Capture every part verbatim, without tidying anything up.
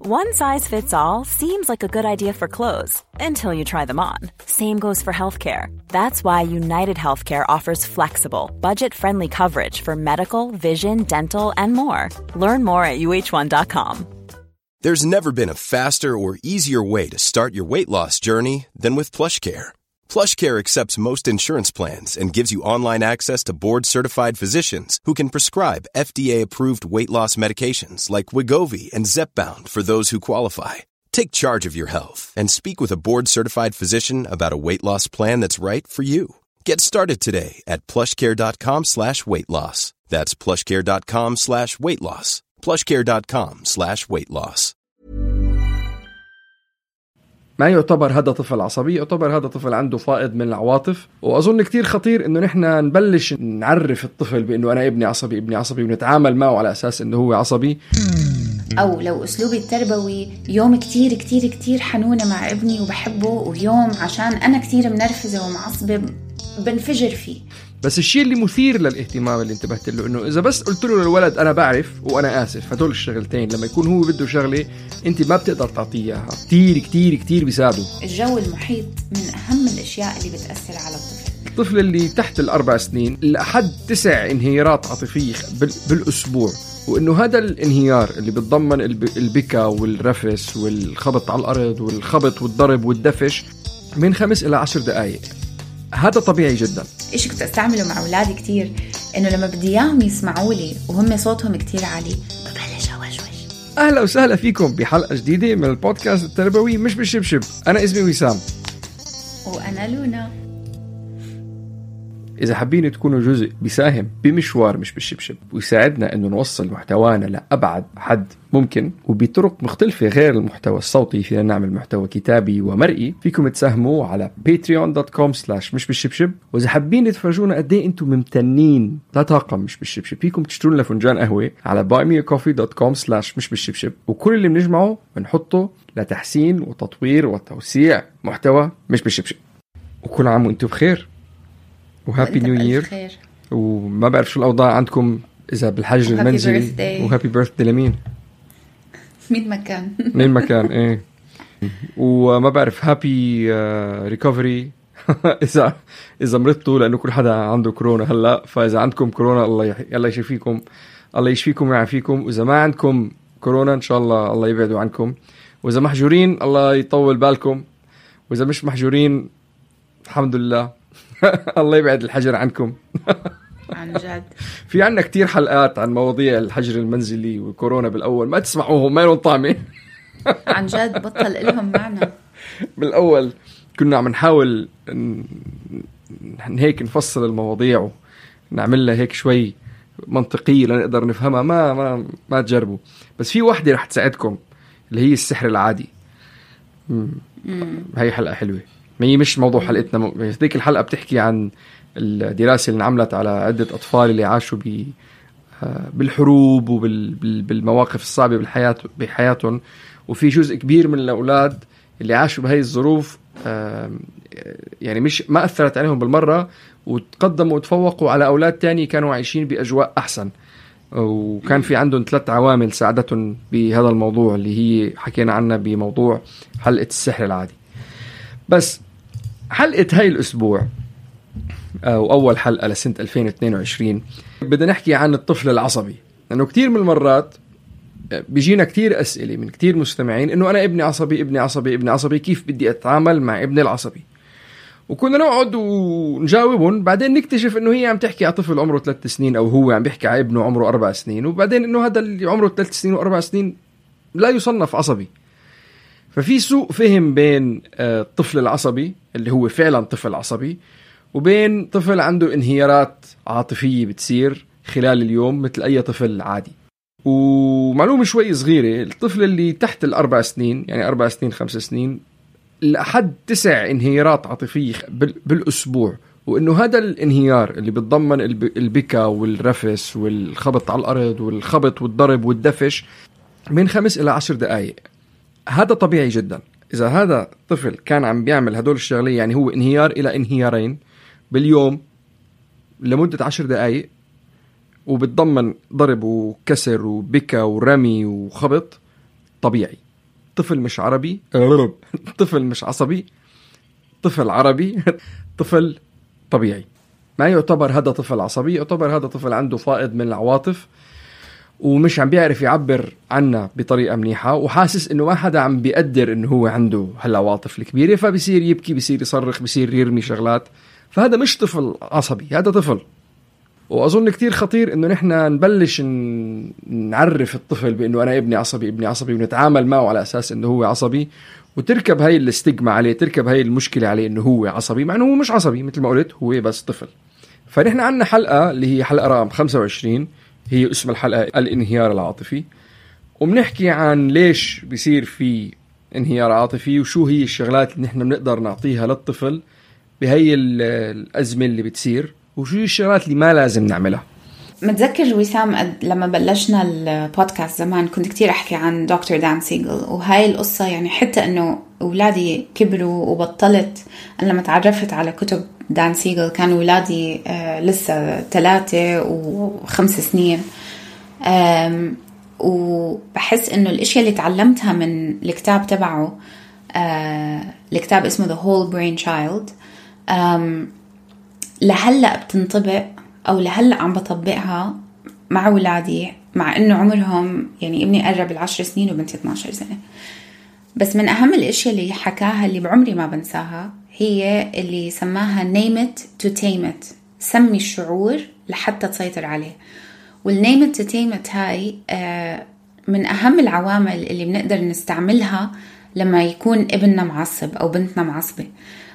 One size fits all seems like a good idea for clothes until you try them on. Same goes for healthcare. That's why United Healthcare offers flexible, budget-friendly coverage for medical, vision, dental, and more. Learn more at U H one dot com. There's never been a faster or easier way to start your weight loss journey than with PlushCare. PlushCare accepts most insurance plans and gives you online access to board-certified physicians who can prescribe F D A-approved weight loss medications like Wegovy and Zepbound for those who qualify. Take charge of your health and speak with a board-certified physician about a weight loss plan that's right for you. Get started today at plushcare.com slash weight loss. That's plushcare.com slash weight loss. plushcare.com slash weight loss. ما يعتبر هذا طفل عصبي، يعتبر هذا طفل عنده فائض من العواطف. وأظن كتير خطير إنه نحن نبلش نعرف الطفل بإنه أنا ابني عصبي ابني عصبي ونتعامل معه على أساس إنه هو عصبي. أو لو أسلوبي التربوي يوم كتير كتير كتير حنونة مع ابني وبحبه، ويوم عشان أنا كتير منرفزة ومعصبة بنفجر فيه. بس الشيء اللي مثير للاهتمام اللي انتبهت له انه اذا بس قلت له للولد انا بعرف وانا اسف، هدول الشغلتين لما يكون هو بده شغله انت ما بتقدر تعطيه اياها، كتير كتير كتير بيساعدوا. الجو المحيط من اهم الاشياء اللي بتاثر على الطفل. الطفل اللي تحت الاربع سنين لحد تسع انهيارات عاطفيه بالاسبوع، وانه هذا الانهيار اللي بتضمن البكا والرفس والخبط على الارض والخبط والضرب والدفش من خمس الى عشر دقائق، هذا طبيعي جدا. إيش كنت أستعمله مع أولادي كتير، إنه لما بدي إياهم يسمعوا لي وهم صوتهم كتير عالي ببلش أوشوش. أهلا وسهلا فيكم بحلقة جديدة من البودكاست التربوي مش بالشبشب. أنا اسمي وسام وأنا لونا. إذا حابين تكونوا جزء بيساهم بمشوار مش بالشبشب ويساعدنا إنه نوصل محتوانا لأبعد حد ممكن وبطرق مختلفة غير المحتوى الصوتي، فينا نعمل محتوى كتابي ومرئي، فيكم تساهموا على باتريون دوت كوم سلاش مش بالشبشب. وإذا حابين تفرجونا قد إيه أنتم ممتنين لا طاقة مش بالشبشب، فيكم تشتروا لنا فنجان قهوة على باي مي كوفي دوت كوم سلاش مش بالشبشب، وكل اللي بنجمعه بنحطه لتحسين وتطوير وتوسيع محتوى مش بالشبشب. وكل عام وأنتم بخير وهابي نيو يير. وما بعرف شو الأوضاع عندكم إذا بالحجر المنزلي. وهابي بيرثدي لمين؟ مين مكان مين مكان إيه. وما بعرف هابي ريكوفري إذا إذا مرضتوا، لأنه كل حدا عنده كورونا هلا، فإذا عندكم كورونا الله يح... الله يشفيكم، الله يشفيكم ويعافيكم. وإذا ما عندكم كورونا إن شاء الله الله يبعده عنكم، وإذا محجورين الله يطول بالكم، وإذا مش محجورين الحمد لله الله يبعد الحجر عنكم. عن جد في عنا كتير حلقات عن مواضيع الحجر المنزلي وكورونا بالأول، ما تسمعوهم ما لهم طعمة. عن جد بطل إلهم معنا. بالأول كنا عم نحاول هيك نفصل المواضيع ونعملها هيك شوي منطقية لنقدر نفهمها، ما ما ما تجربوا. بس في واحدة رح تساعدكم اللي هي السحر العادي. هاي حلقة حلوة، ما هي مش موضوع حلقتنا. هذيك الحلقة بتحكي عن الدراسة اللي انعملت على عدة أطفال اللي عاشوا بالحروب وبالمواقف الصعبة بالحياة بحياتهم، وفي جزء كبير من الأولاد اللي عاشوا بهاي الظروف يعني مش ما أثرت عليهم بالمرة، وتقدموا وتفوقوا على أولاد تاني كانوا عايشين بأجواء أحسن. وكان في عندهم ثلاث عوامل ساعدتهم بهذا الموضوع اللي هي حكينا عنها بموضوع حلقة السحر العادي. بس حلقة هاي الأسبوع أو أول حلقة لسنة ألفين واثنين وعشرين بدنا نحكي عن الطفل العصبي، لأنه كتير من المرات بيجينا كتير أسئلة من كتير مستمعين إنه أنا ابني عصبي ابني عصبي ابني عصبي، كيف بدي أتعامل مع ابني العصبي؟ وكنا نقعد ونجاوبهم، بعدين نكتشف إنه هي عم تحكي على طفل عمره ثلاث سنين أو هو عم بيحكي على ابنه عمره أربع سنين، وبعدين إنه هذا اللي عمره ثلاث سنين وأربع سنين لا يصنف عصبي. ففي سوء فهم بين الطفل العصبي اللي هو فعلا طفل عصبي وبين طفل عنده انهيارات عاطفية بتصير خلال اليوم مثل أي طفل عادي. ومعلومة شوي صغيرة، الطفل اللي تحت الأربع سنين يعني أربع سنين خمس سنين لحد تسع انهيارات عاطفية بالأسبوع، وإنه هذا الانهيار اللي بتضمن البكا والرفس والخبط على الأرض والخبط والضرب والدفش من خمس إلى عشر دقائق، هذا طبيعي جدا. إذا هذا الطفل كان عم بيعمل هدول الشغلين، يعني هو انهيار إلى انهيارين باليوم لمدة عشر دقائق وبتضمن ضرب وكسر وبكى ورمي وخبط، طبيعي طفل مش عربي، طفل مش عصبي، طفل عربي، طفل طبيعي. ما يعتبر هذا طفل عصبي، يعتبر هذا طفل عنده فائض من العواطف ومش عم بيعرف يعبر عنها بطريقة منيحة، وحاسس انه ما حدا عم بيقدر انه هو عنده هالعواطف الكبيرة، فبصير يبكي، بصير يصرخ، بصير يرمي شغلات. فهذا مش طفل عصبي، هذا طفل. وأظن كتير خطير إنه نحن نبلش نعرف الطفل بإنه أنا ابني عصبي، ابني عصبي، ونتعامل معه على أساس إنه هو عصبي، وتركب هاي الاستجمة عليه، تركب هاي المشكلة عليه إنه هو عصبي، مع إنه هو مش عصبي مثل ما قلت، هو بس طفل. فنحن عنا حلقة اللي هي حلقة رقم خمسة وعشرين، هي اسم الحلقة الانهيار العاطفي، وبنحكي عن ليش بيصير في انهيار عاطفي، وشو هي الشغلات اللي نحن بنقدر نعطيها للطفل بهاي الأزمة اللي بتصير، وشو الشغلات اللي ما لازم نعملها. متذكر وسام لما بلشنا البودكاست زمان كنت كتير أحكي عن دكتور دان سيغل، وهاي القصة يعني حتى أنه أولادي كبروا وبطلت. أنا لما تعرفت على كتب دان سيغل كان أولادي آه لسه ثلاثة وخمس سنين، وبحس أنه الأشياء اللي تعلمتها من الكتاب تبعه، آه الكتاب اسمه The Whole Brain Child، لهلأ بتنطبق أو لهلأ عم بطبقها مع أولادي، مع إنه عمرهم يعني ابني قرب العشر سنين وبنتي اثناشر سنة. بس من أهم الأشياء اللي حكاها اللي بعمري ما بنساها هي اللي سماها name it to tame it، سمي الشعور لحتى تسيطر عليه. والname it to tame it هاي من أهم العوامل اللي بنقدر نستعملها لما يكون ابننا معصب أو بنتنا معصبة.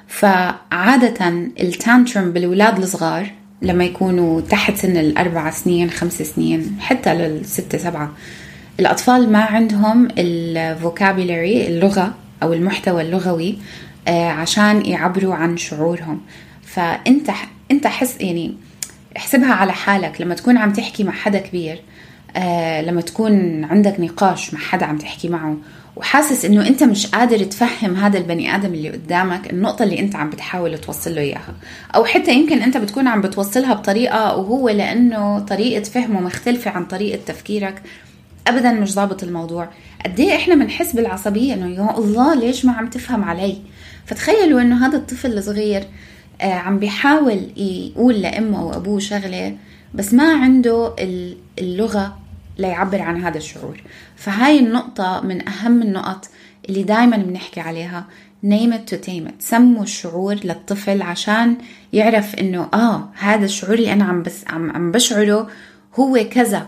فعادة التانترم بالولاد الصغار لما يكونوا تحت سن الأربع سنين خمس سنين حتى للستة سبعة، الأطفال ما عندهم الفوكابولاري اللغة أو المحتوى اللغوي عشان يعبروا عن شعورهم. فأنت أنت حس يعني احسبها على حالك لما تكون عم تحكي مع حدا كبير، لما تكون عندك نقاش مع حدا عم تحكي معه وحاسس انه انت مش قادر تفهم هذا البني ادم اللي قدامك النقطة اللي انت عم بتحاول توصل له اياها، او حتى يمكن انت بتكون عم بتوصلها بطريقة وهو لانه طريقة فهمه مختلفة عن طريقة تفكيرك ابدا مش ضابط الموضوع. قد ايه احنا بنحس بالعصبية انه يا الله ليش ما عم تفهم علي. فتخيلوا انه هذا الطفل الصغير عم بيحاول يقول لأمه وأبوه شغلة بس ما عنده اللغة ليعبر عن هذا الشعور. فهاي النقطة من أهم النقط اللي دايما بنحكي عليها، name it to tame it، سموا الشعور للطفل عشان يعرف إنه آه هذا الشعور اللي أنا عم بس عم عم بشعره هو كذا،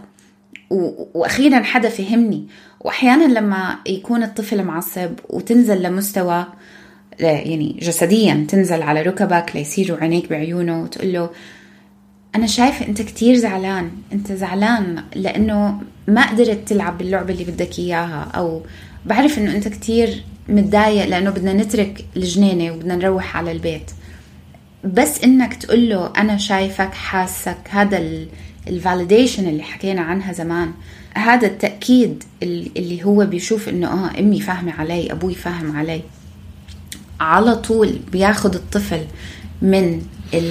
وأخيرا حدا فهمني. وأحيانا لما يكون الطفل معصب وتنزل لمستوى يعني جسديا، تنزل على ركبك ليصيروا عينيك بعيونه وتقول له أنا شايفة أنت كتير زعلان، أنت زعلان لأنه ما قدرت تلعب باللعبة اللي بدك إياها، أو بعرف أنه أنت كتير متضايق لأنه بدنا نترك الجنينة وبدنا نروح على البيت. بس إنك تقول له أنا شايفك حاسك، هذا الفاليديشن اللي حكينا عنها زمان، هذا التأكيد اللي هو بيشوف إنه آه أمي فاهمة علي، أبوي فاهم علي، على طول بياخد الطفل من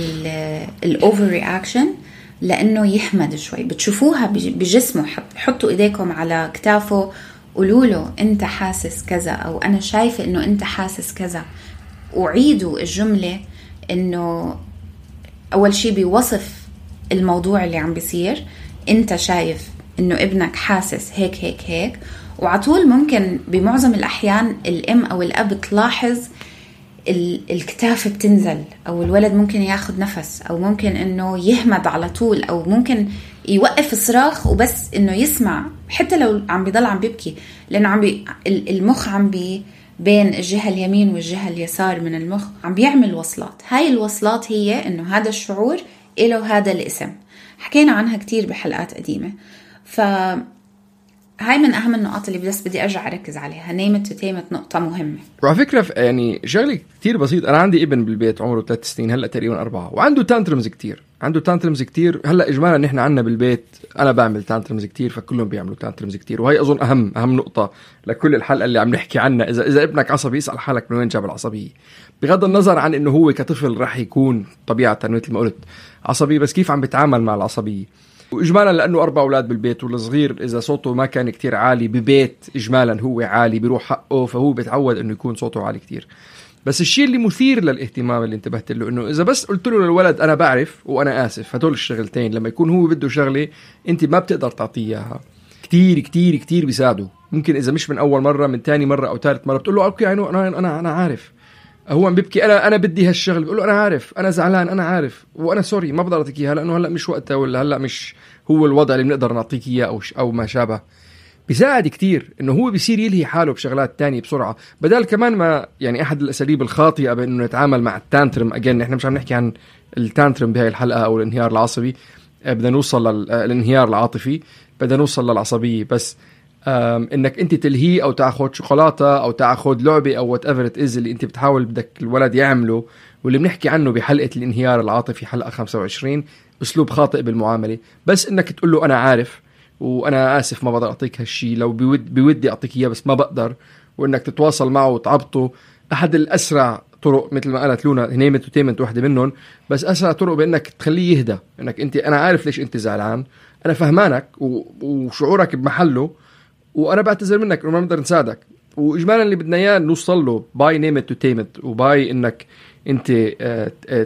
الأوفر رياكشن لأنه يحمد شوي. بتشوفوها بجسمه، حطوا إيديكم على كتافه، قولوا له أنت حاسس كذا، أو أنا شايفة أنه أنت حاسس كذا، وعيدوا الجملة أنه أول شيء بيوصف الموضوع اللي عم بيصير، أنت شايف أنه ابنك حاسس هيك هيك هيك. وعطول ممكن بمعظم الأحيان الأم أو الأب تلاحظ الكتاف بتنزل، أو الولد ممكن ياخد نفس، أو ممكن إنه يهمد على طول، أو ممكن يوقف الصراخ وبس إنه يسمع حتى لو عم بيضل عم بيبكي، لأنه عم بي المخ عم بي بين الجهة اليمين والجهة اليسار من المخ عم بيعمل وصلات. هاي الوصلات هي إنه هذا الشعور إله هذا الاسم، حكينا عنها كتير بحلقات قديمة. ف هاي من أهم النقاط اللي بس بدي أرجع أركز عليها، نيمة وتيمة، نقطة مهمة. وعلى فكرة يعني شغلة كتير بسيط، أنا عندي ابن بالبيت عمره ثلاث سنين هلأ تقريبا أربعة، وعنده تانترمز كتير، عنده تانترمز كتير. هلأ إجمالا نحن عنا بالبيت أنا بعمل تانترمز كتير، فكلهم بيعملوا تانترمز كتير. وهي أظن أهم أهم نقطة لكل الحلقة اللي عم نحكي عنها. إذا إذا ابنك عصبي اسأل حالك من وين جاب العصبية، بغض النظر عن إنه هو كطفل رح يكون طبيعة مثل ما قلت عصبي، بس كيف عم بيتعامل مع العصبية. وإجمالا لأنه أربع أولاد بالبيت، والصغير إذا صوته ما كان كتير عالي ببيت إجمالا هو عالي بيروح حقه، فهو بيتعود أنه يكون صوته عالي كتير. بس الشيء اللي مثير للاهتمام اللي انتبهت له انه اذا بس قلت له للولد انا بعرف وانا اسف، هدول الشغلتين لما يكون هو بده شغله انت ما بتقدر تعطيه اياها، كتير كتير كتير بيساعده. ممكن اذا مش من اول مره، من تاني مره او ثالث مره بتقول له اوكي يعني انا انا انا عارف، هو عم بيبكي انا انا بدي هالشغل، بقول له انا عارف، انا زعلان، انا عارف، وانا سوري ما بقدر اعطيك اياها لانه هلا مش وقتها، ولا هلا مش هو الوضع اللي بنقدر نعطيك اياه او او ما شابه. بيساعد كتير انه هو بيصير يلهي حاله بشغلات تانية بسرعة، بدل كمان ما يعني احد الاساليب الخاطئة بانه نتعامل مع التانترم. اجين احنا مش عم نحكي عن التانترم بهاي الحلقة او الانهيار العصبي، بدنا نوصل للانهيار العاطفي، بدنا نوصل للعصبية. بس انك انت تلهيه او تاخذ شوكولاتة او تاخذ لعبة او وات ايفر ات از اللي انت بتحاول بدك الولد يعمله، واللي بنحكي عنه بحلقة الانهيار العاطفي حلقة خمسة وعشرين، اسلوب خاطئ بالمعاملة. بس انك تقول له انا عارف وانا اسف ما بقدر اعطيك هالشي، لو بود بودي اعطيك اياه بس ما بقدر، وانك تتواصل معه وتعبطه. احد الاسرع طرق مثل ما قالت لونا نيمت وتيمنت واحدة منهم، بس اسرع طرق بانك تخليه يهدى. انك انت انا عارف ليش انت زعلان، انا فهمانك وشعورك بمحله، وانا بعتذر منك وما بقدر نساعدك. واجمالا اللي بدنا اياه نوصل له باي نيمت وتيمنت، وباي انك انت اه اه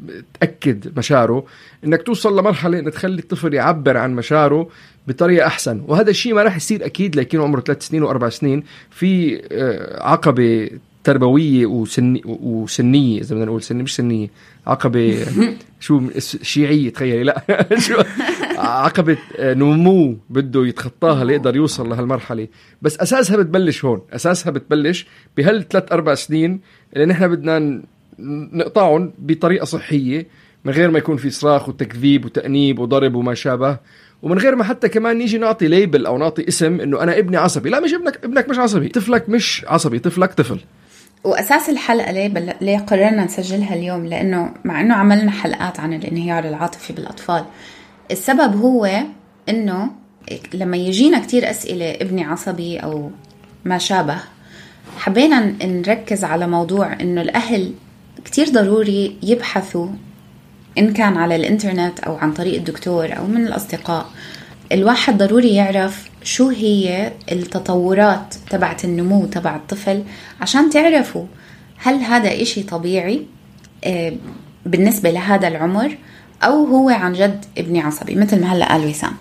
تأكد مشاعره، انك توصل لمرحلة ان تخلي الطفل يعبر عن مشاعره بطريقة احسن. وهذا الشيء ما راح يصير اكيد لكن عمره ثلاث سنين واربع سنين، في عقبة تربوية وسني وسنية، اذا بدنا نقول سنية مش سنية، عقبة شو شيعية تخيلي، لا شو عقبة نمو بده يتخطاها ليقدر يوصل لهالمرحلة. بس اساسها بتبلش هون، اساسها بتبلش بهالثلاث اربع سنين اللي نحن بدنا نقطعهم بطريقة صحية، من غير ما يكون في صراخ وتكذيب وتأنيب وضرب وما شابه، ومن غير ما حتى كمان نيجي نعطي ليبل أو نعطي اسم إنه أنا ابني عصبي. لا، مش ابنك، ابنك مش عصبي، طفلك مش عصبي، طفلك طفل. وأساس الحلقة ليه, بل... ليه قررنا نسجلها اليوم، لأنه مع أنه عملنا حلقات عن الانهيار العاطفي بالأطفال، السبب هو إنه لما يجينا كتير أسئلة ابني عصبي أو ما شابه، حبينا نركز على موضوع إنه الأهل كتير ضروري يبحثوا، إن كان على الإنترنت أو عن طريق الدكتور أو من الأصدقاء. الواحد ضروري يعرف شو هي التطورات تبعت النمو تبع الطفل، عشان تعرفوا هل هذا إشي طبيعي بالنسبة لهذا العمر، أو هو عن جد ابني عصبي مثل ما هلأ قال وسام.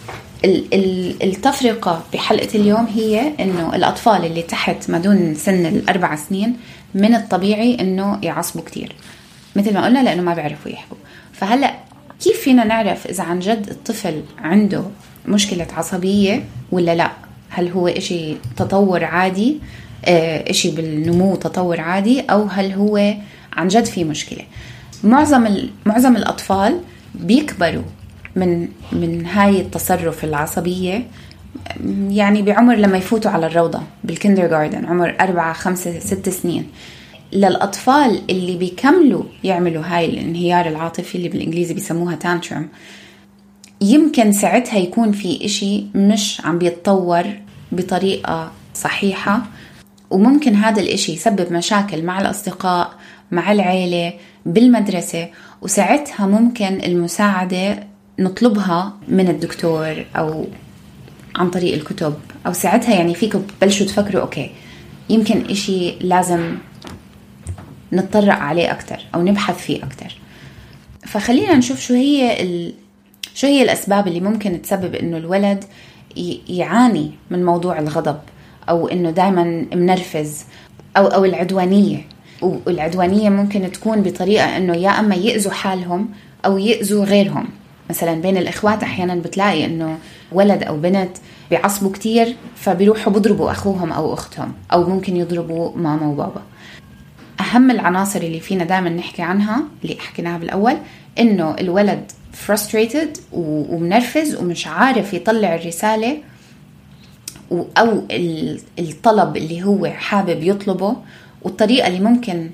التفرقة بحلقة اليوم هي إنه الأطفال اللي تحت ما دون سن الأربع سنين من الطبيعي إنه يعصبوا كتير مثل ما قلنا، لأنه ما بيعرفوا يحكوا. فهلأ كيف فينا نعرف إذا عن جد الطفل عنده مشكلة عصبية ولا لا؟ هل هو إشي تطور عادي، إشي بالنمو تطور عادي، أو هل هو عن جد في مشكلة؟ معظم معظم الأطفال بيكبروا من من هاي التصرف العصبية يعني بعمر لما يفوتوا على الروضة بالكندرغاردن، عمر أربعة خمسة ست سنين. للأطفال اللي بيكملوا يعملوا هاي الانهيار العاطفي اللي بالإنجليزي بيسموها تانترم، يمكن ساعتها يكون في إشي مش عم بيتطور بطريقة صحيحة، وممكن هذا الإشي يسبب مشاكل مع الأصدقاء، مع العيلة، بالمدرسة. وساعتها ممكن المساعدة نطلبها من الدكتور أو عن طريق الكتب، أو ساعتها يعني فيكم بلشوا تفكروا أوكي يمكن إشي لازم نتطرق عليه أكتر أو نبحث فيه أكتر. فخلينا نشوف شو هي ال... شو هي الأسباب اللي ممكن تسبب إنه الولد ي... يعاني من موضوع الغضب، أو إنه دايما منرفز، أو أو العدوانية. والعدوانية ممكن تكون بطريقة إنه يا أما يأذوا حالهم أو يأذوا غيرهم. مثلا بين الإخوات أحيانا بتلاقي إنه ولد أو بنت بيعصبوا كتير، فبيروحوا بيضربوا أخوهم أو أختهم، أو ممكن يضربوا ماما وبابا. أهم العناصر اللي فينا دائما نحكي عنها اللي حكيناها بالأول، إنه الولد frustrated ومنرفز ومش عارف يطلع الرسالة أو الطلب اللي هو حابب يطلبه، والطريقة اللي ممكن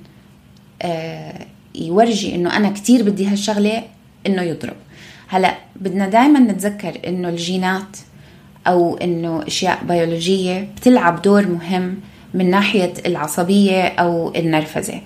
يورجي إنه أنا كتير بدي هالشغلة إنه يضرب. هلأ بدنا دائما نتذكر إنه الجينات أو إنه أشياء بيولوجية بتلعب دور مهم من ناحية العصبية أو النرفزة.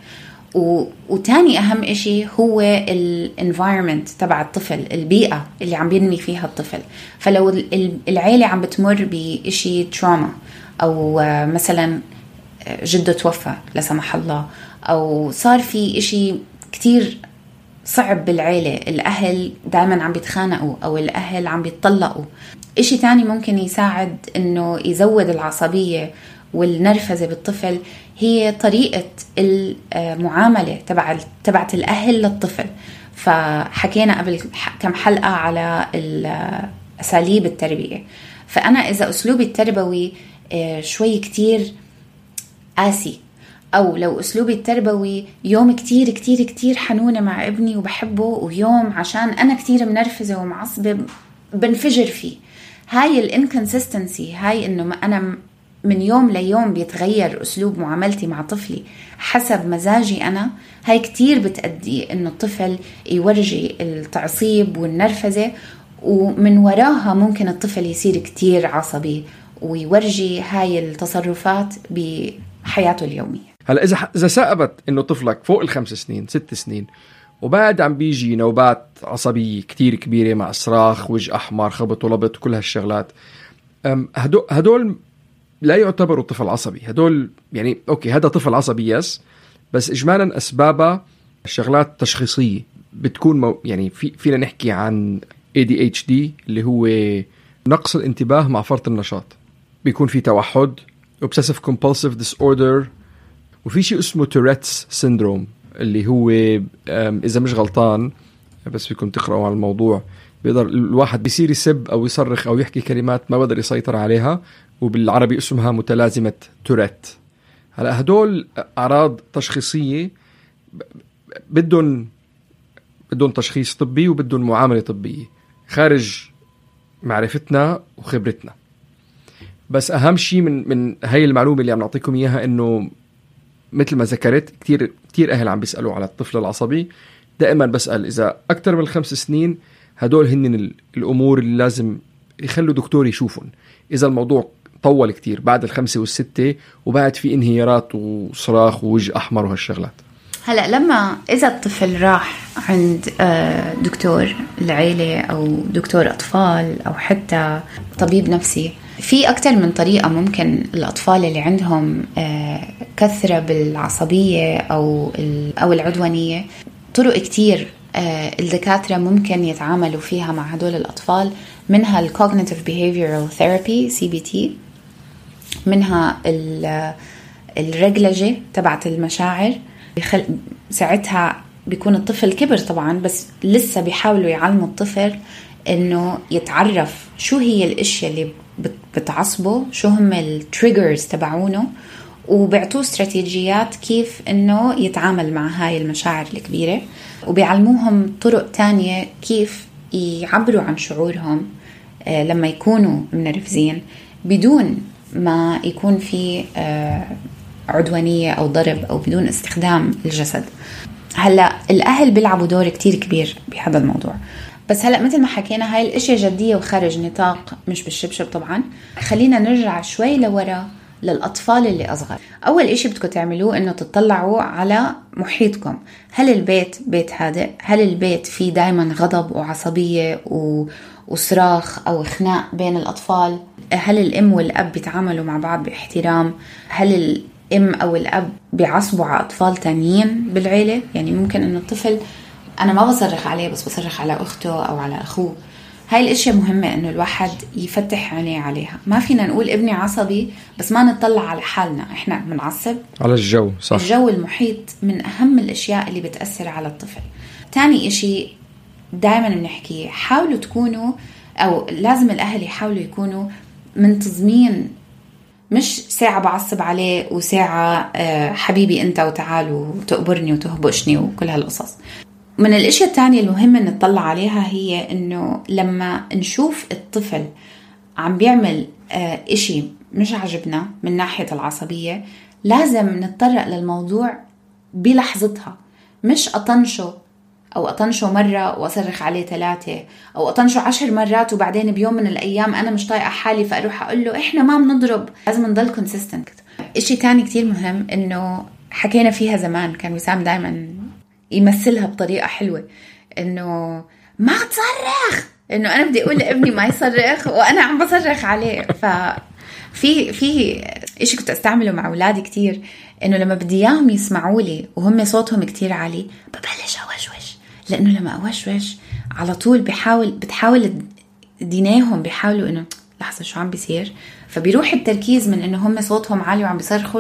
و... وتاني أهم إشي هو الانفايرمنت تبع الطفل، البيئة اللي عم بينمي فيها الطفل. فلو العيلة عم بتمر بإشي تراما، أو مثلا جده توفى لا سمح الله، أو صار في إشي كتير صعب بالعيلة، الأهل دائما عم بيتخانقوا أو الأهل عم بيتطلقوا، إشي تاني ممكن يساعد إنه يزود العصبية والنرفزة بالطفل هي طريقة المعاملة تبع تبعت الأهل للطفل. فحكينا قبل كم حلقة على أساليب التربية. فأنا إذا أسلوبي التربوي شوي كتير قاسي، أو لو أسلوبي التربوي يوم كتير كتير كتير حنونة مع ابني وبحبه، ويوم عشان أنا كتير منرفزة ومعصبة بنفجر فيه، هاي الانكونسيستنسي، هاي إنه أنا من يوم ليوم بيتغير أسلوب معاملتي مع طفلي حسب مزاجي أنا، هاي كتير بتأدي إنه الطفل يورجي التعصيب والنرفزة، ومن وراها ممكن الطفل يصير كتير عصبي ويورجي هاي التصرفات بحياته اليومية. هلا إذا إذا ثأبت إنه طفلك فوق الخمس سنين ست سنين وبعد عم بيجي نوبات عصبية كتير كبيرة مع صراخ، وجه أحمر، خبط ولبط وكل هالشغلات، هدول هدول لا يعتبروا طفل عصبي. هدول يعني أوكي هذا طفل عصبي يس، بس إجمالا أسبابها شغلات تشخيصية بتكون مو يعني في فينا نحكي عن إيه دي إتش دي اللي هو نقص الانتباه مع فرط النشاط، بيكون في توحد، obsessive compulsive disorder، وفي شيء اسمه توريتس سيندروم اللي هو إذا مش غلطان بس فيكم تقرأوا عن الموضوع، بيقدر الواحد بيصير يسب أو يصرخ أو يحكي كلمات ما بقدر يسيطر عليها، وبالعربي اسمها متلازمة توريت. هلا هدول أعراض تشخيصية بدون بدون تشخيص طبي وبدون معاملة طبية خارج معرفتنا وخبرتنا. بس أهم شيء من من هاي المعلومة اللي عم نعطيكم إياها إنه مثل ما ذكرت كتير كتير أهل عم بيسألوا على الطفل العصبي. دائما بسأل إذا أكتر من الخمس سنين هدول هن الأمور اللي لازم يخلوا دكتور يشوفون. إذا الموضوع طول كتير بعد الخمسة والستة وبعد في انهيارات وصراخ ووجه أحمر وهالشغلات. هلأ لما إذا الطفل راح عند دكتور العيلة أو دكتور أطفال أو حتى طبيب نفسي، في أكتر من طريقة ممكن الأطفال اللي عندهم كثرة بالعصبية أو أو العدوانية، طرق كتير الدكاترة ممكن يتعاملوا فيها مع هدول الأطفال، منها ال Cognitive Behavioral Therapy سي بي تي، منها الرجلجة تبعت المشاعر. ساعتها بيكون الطفل كبر طبعا، بس لسه بيحاولوا يعلموا الطفل إنه يتعرف شو هي الأشياء اللي بتعصبه، شو هم التريجرز تبعونه، وبيعطوه استراتيجيات كيف إنه يتعامل مع هاي المشاعر الكبيرة، وبيعلموهم طرق تانية كيف يعبروا عن شعورهم لما يكونوا منرفزين بدون ما يكون في عدوانية أو ضرب أو بدون استخدام الجسد. هلأ الأهل بيلعبوا دور كتير كبير بهذا الموضوع، بس هلأ مثل ما حكينا هاي الأشياء جدية وخارج نطاق مش بالشبشب طبعا. خلينا نرجع شوي لورا للأطفال اللي أصغر. أول إشي بدكم تعملوه إنه تطلعوا على محيطكم. هل البيت بيت هادئ؟ هل البيت فيه دايما غضب وعصبية وصراخ أو خناق بين الأطفال؟ هل الأم والأب بيتعاملوا مع بعض باحترام؟ هل الأم أو الأب بيعصبوا على أطفال تانيين بالعيلة؟ يعني ممكن إنه الطفل أنا ما بصرخ عليه بس بصرخ على أخته أو على أخوه. هاي الاشياء مهمة انه الواحد يفتح عينيه عليها. ما فينا نقول ابني عصبي بس ما نطلع على حالنا، احنا بنعصب على الجو. صح. الجو المحيط من اهم الاشياء اللي بتأثر على الطفل. تاني اشي دايما بنحكي، حاولوا تكونوا او لازم الاهل يحاولوا يكونوا منتظمين، مش ساعة بعصب عليه وساعة حبيبي انت وتعالوا تقبرني وتهبشني وكل هالقصص. من الاشياء التانية المهمة نطلع عليها هي انه لما نشوف الطفل عم بيعمل اشي مش عجبنا من ناحية العصبية، لازم نتطرق للموضوع بلحظتها، مش اطنشه او اطنشه مرة واصرخ عليه ثلاثة او اطنشه عشر مرات وبعدين بيوم من الايام انا مش طايقة حالي فاروح اقول له احنا ما بنضرب. لازم نضل كونسيستنت. اشي تاني كتير مهم انه حكينا فيها زمان، كان وسام دايما يمثلها بطريقة حلوة، إنه ما تصرخ، إنه أنا بدي أقول لابني ما يصرخ وأنا عم بصرخ عليه. ففي في إشي كنت أستعمله مع أولادي كتير، إنه لما بدي إياهم يسمعوا لي وهم صوتهم كتير عالي ببلش أوشوش، لأنه لما أوشوش على طول بحاول بتحاول دينيهم بيحاولوا إنه لحظة شو عم بيصير، فبيروح التركيز من إنه هم صوتهم عالي وعم بيصرخوا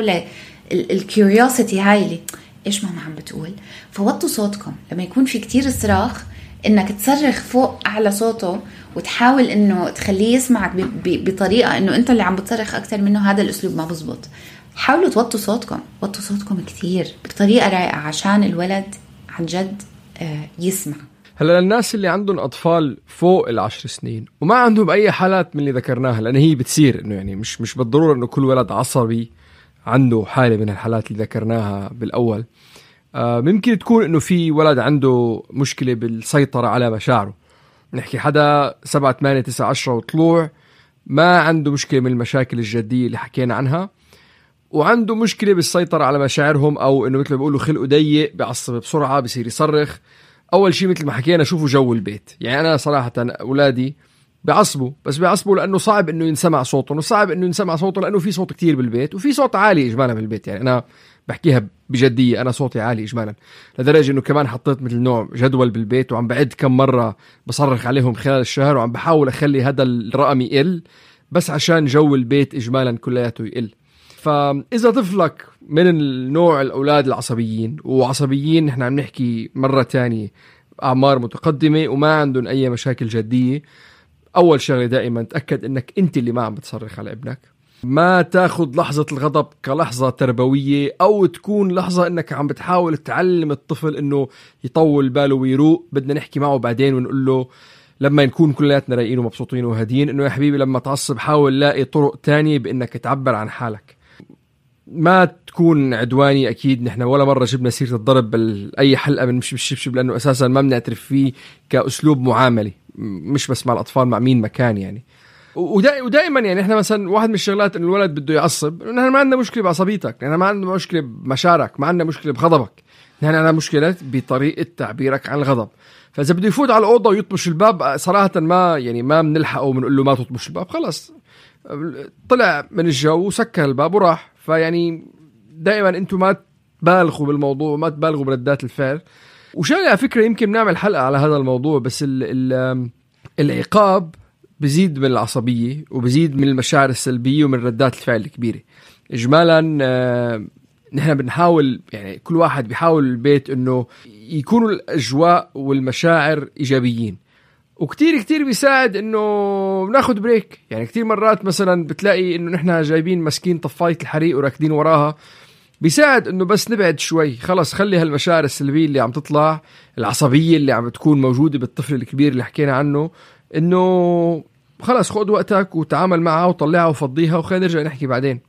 للكيوريوسيتي هاي اللي إيش ماما عم بتقول. فوطوا صوتكم لما يكون في كتير صراخ، إنك تصرخ فوق أعلى صوته وتحاول إنه تخليه يسمعك بطريقة إنه أنت اللي عم بتصرخ أكتر منه، هذا الأسلوب ما بزبط. حاولوا توطوا صوتكم، وطوا صوتكم كتير بطريقة رائعة عشان الولد عن جد يسمع. هلا الناس اللي عندهم أطفال فوق العشر سنين وما عندهم أي حالات من اللي ذكرناها، لأن هي بتصير إنه يعني مش مش بالضرورة إنه كل ولد عصبي عنده حالة من الحالات اللي ذكرناها بالأول. آه ممكن تكون إنه في ولد عنده مشكلة بالسيطرة على مشاعره، نحكي حدا سبعة ثمانية تسعة عشرة وطلوع ما عنده مشكلة من المشاكل الجدية اللي حكينا عنها، وعنده مشكلة بالسيطرة على مشاعرهم، أو إنه مثل ما بيقولوا خلقه ضيق، بيعصب بسرعة، بيصير يصرخ. أول شيء مثل ما حكينا شوفوا جو البيت. يعني أنا صراحة أولادي بيعصبوا، بس بيعصبوا لأنه صعب إنه ينسمع صوتهم، وصعب إنه ينسمع صوته لأنه في صوت كتير بالبيت، وفي صوت عالي إجمالا بالبيت. يعني أنا بحكيها بجدية، أنا صوتي عالي إجمالا لدرجة إنه كمان حطيت مثل نوع جدول بالبيت وعم بعد كم مرة بصرخ عليهم خلال الشهر، وعم بحاول أخلي هذا الرقم يقل بس عشان جو البيت إجمالا كلياته يقل. فإذا طفلك من النوع الأولاد العصبيين، وعصبيين نحن عم نحكي مرة تانية أعمار متقدمة وما عندهم أي مشاكل جدية، أول شغلة دائما تأكد إنك أنت اللي ما عم بتصرخ على ابنك. ما تاخد لحظة الغضب كلحظة تربوية، أو تكون لحظة إنك عم بتحاول تعلم الطفل إنه يطول باله ويروق. بدنا نحكي معه بعدين ونقول له لما نكون كلياتنا رايقين ومبسوطين وهادين إنه يا حبيبي لما تعصب حاول لاقي طرق تانية بإنك تعبر عن حالك. ما تكون عدواني. أكيد نحن ولا مرة جبنا سيرة الضرب بأي حلقة من مش بالشبشب، لأنه أساسا ما بنعترف فيه كأسلوب معاملي، مش بس مع الأطفال، مع مين مكان يعني. ودائما يعني احنا مثلا واحد من الشغلات ان الولد بده يعصب، نحن ما عندنا مشكله بعصبيتك، نحن ما عندنا مشكله بمشاعرك، ما عندنا مشكله بغضبك، نحن عندنا مشكله بطريقه تعبيرك عن الغضب. فاذا بده يفوت على الاوضه ويطبش الباب صراحه ما يعني ما بنلحقه وبنقول له ما تطبش الباب، خلص طلع من الجو وسكر الباب وراح. فيعني دائما انتم ما تبالغوا بالموضوع وما تبالغوا بردات الفعل. وشغله على فكره يمكن نعمل حلقه على هذا الموضوع، بس ال ال العقاب بزيد من العصبية وبزيد من المشاعر السلبية ومن ردات الفعل الكبيرة. إجمالا آه نحن بنحاول يعني كل واحد بيحاول البيت إنه يكونوا الأجواء والمشاعر إيجابيين، وكتير كتير بيساعد إنه ناخد بريك. يعني كتير مرات مثلا بتلاقي إنه نحن جايبين مسكين طفاية الحريق وراكدين وراها، بيساعد إنه بس نبعد شوي، خلص خلي هالمشاعر السلبية اللي عم تطلع، العصبية اللي عم تكون موجودة بالطفل الكبير اللي حكينا عنه، إنه خلاص خد وقتك وتعامل معها وطلعها وفضيها وخلينا نرجع نحكي بعدين.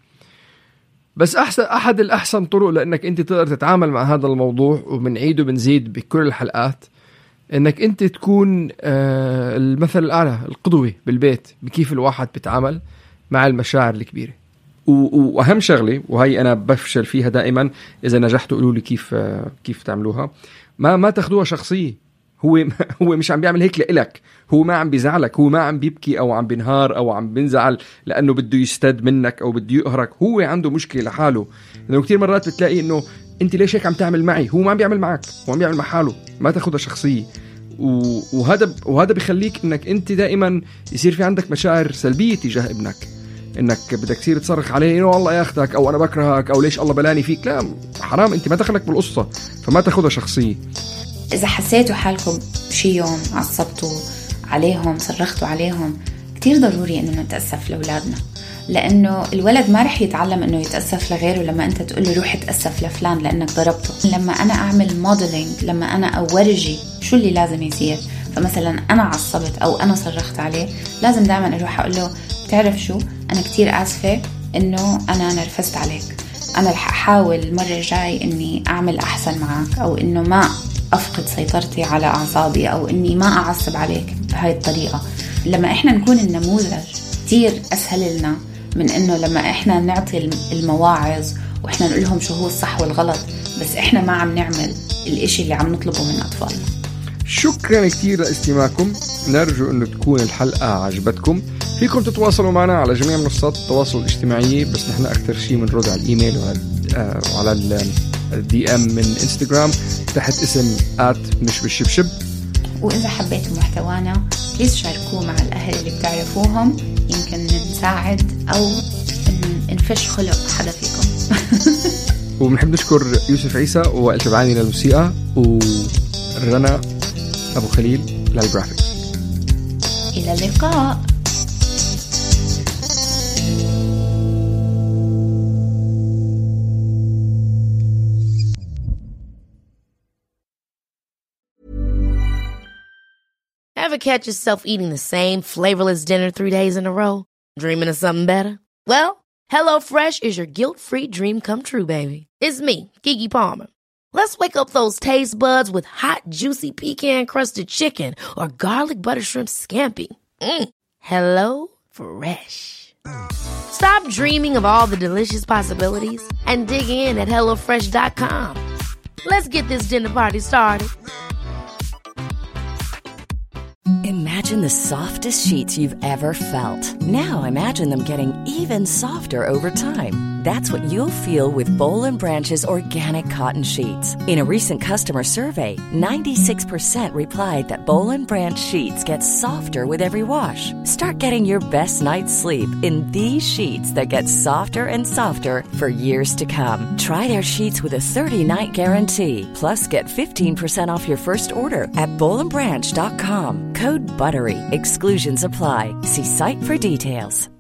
بس أحسن أحد الأحسن طرق لأنك أنت تقدر تتعامل مع هذا الموضوع، وبنعيد وبنزيد بكل الحلقات، إنك أنت تكون آه المثل الأعلى، القدوة بالبيت بكيف الواحد بيتعامل مع المشاعر الكبيرة. وأهم شغلة وهي أنا بفشل فيها دائما، إذا نجحتوا قولوا لي كيف آه كيف تعملوها، ما ما تاخدوها شخصية. هو هو مش عم بيعمل هيك لإلك، هو ما عم بيزعلك، هو ما عم بيبكي أو عم بينهار أو عم بينزعل لأنه بده يستد منك أو بده يقهرك، هو عنده مشكلة لحاله. لأنه كتير مرات بتلاقي إنه أنت ليش هيك عم تعمل معي، هو ما عم بيعمل معك، هو عم بيعمل مع حاله. ما تاخدها شخصية. وهذا وهذا بيخليك إنك أنت دائما يصير في عندك مشاعر سلبية تجاه ابنك، إنك بدك تصير تصرخ عليه إنه والله ياخدك أو أنا بكرهك أو ليش الله بلاني فيك. لا حرام، أنت ما دخلك بالقصة، فما تاخدها شخصية. إذا حسيتوا حالكم شي يوم عصبتوا عليهم صرختوا عليهم، كتير ضروري إنه نتأسف لأولادنا، لأنه الولد ما رح يتعلم إنه يتأسف لغيره لما أنت تقول له روح تأسف لفلان لأنك ضربته. لما أنا أعمل موديلينج، لما أنا أورجي شو اللي لازم يصير، فمثلا أنا عصبت أو أنا صرخت عليه، لازم دائما أروح أقول له تعرف شو، أنا كتير آسفة إنه أنا نرفزت عليك، أنا رح أحاول المرة الجاي إني أعمل أحسن معك، أو إنه ما أفقد سيطرتي على أعصابي، أو إني ما أعصب عليك بهاي الطريقة. لما إحنا نكون النموذج كتير أسهل لنا من إنه لما إحنا نعطي المواعظ وإحنا نقول لهم شو هو الصح والغلط، بس إحنا ما عم نعمل الإشي اللي عم نطلبه من أطفالنا. شكرا كتير لاستماعكم، نرجو أنه تكون الحلقة عجبتكم. فيكم تتواصلوا معنا على جميع منصات التواصل الاجتماعي، بس نحن أكثر شيء بنرد على الإيميل وعلى آه وعلى الدي ام من انستغرام تحت اسم آت مش بالشبشب. وإذا حبيتوا محتوانا بليز شاركوه مع الأهل اللي بتعرفوهم، يمكن نساعد أو نفش خلق حدا فيكم. وبنحب نشكر يوسف عيسى ووائل شبعاني للموسيقى، ورنا أبو خليل للجرافيكس. إلى اللقاء. Ever catch yourself eating the same flavorless dinner three days in a row? Dreaming of something better? Well, HelloFresh is your guilt-free dream come true, baby. It's me, Keke Palmer. Let's wake up those taste buds with hot, juicy pecan-crusted chicken or garlic butter shrimp scampi. Mm. Hello Fresh. Stop dreaming of all the delicious possibilities and dig in at hello fresh dot com. Let's get this dinner party started. Imagine the softest sheets you've ever felt. Now imagine them getting even softer over time. That's what you'll feel with Boll and Branch's organic cotton sheets. In a recent customer survey, ninety-six percent replied that Boll and Branch sheets get softer with every wash. Start getting your best night's sleep in these sheets that get softer and softer for years to come. Try their sheets with a thirty-night guarantee. Plus, get fifteen percent off your first order at boll and branch dot com. Code BUTTERY. Exclusions apply. See site for details.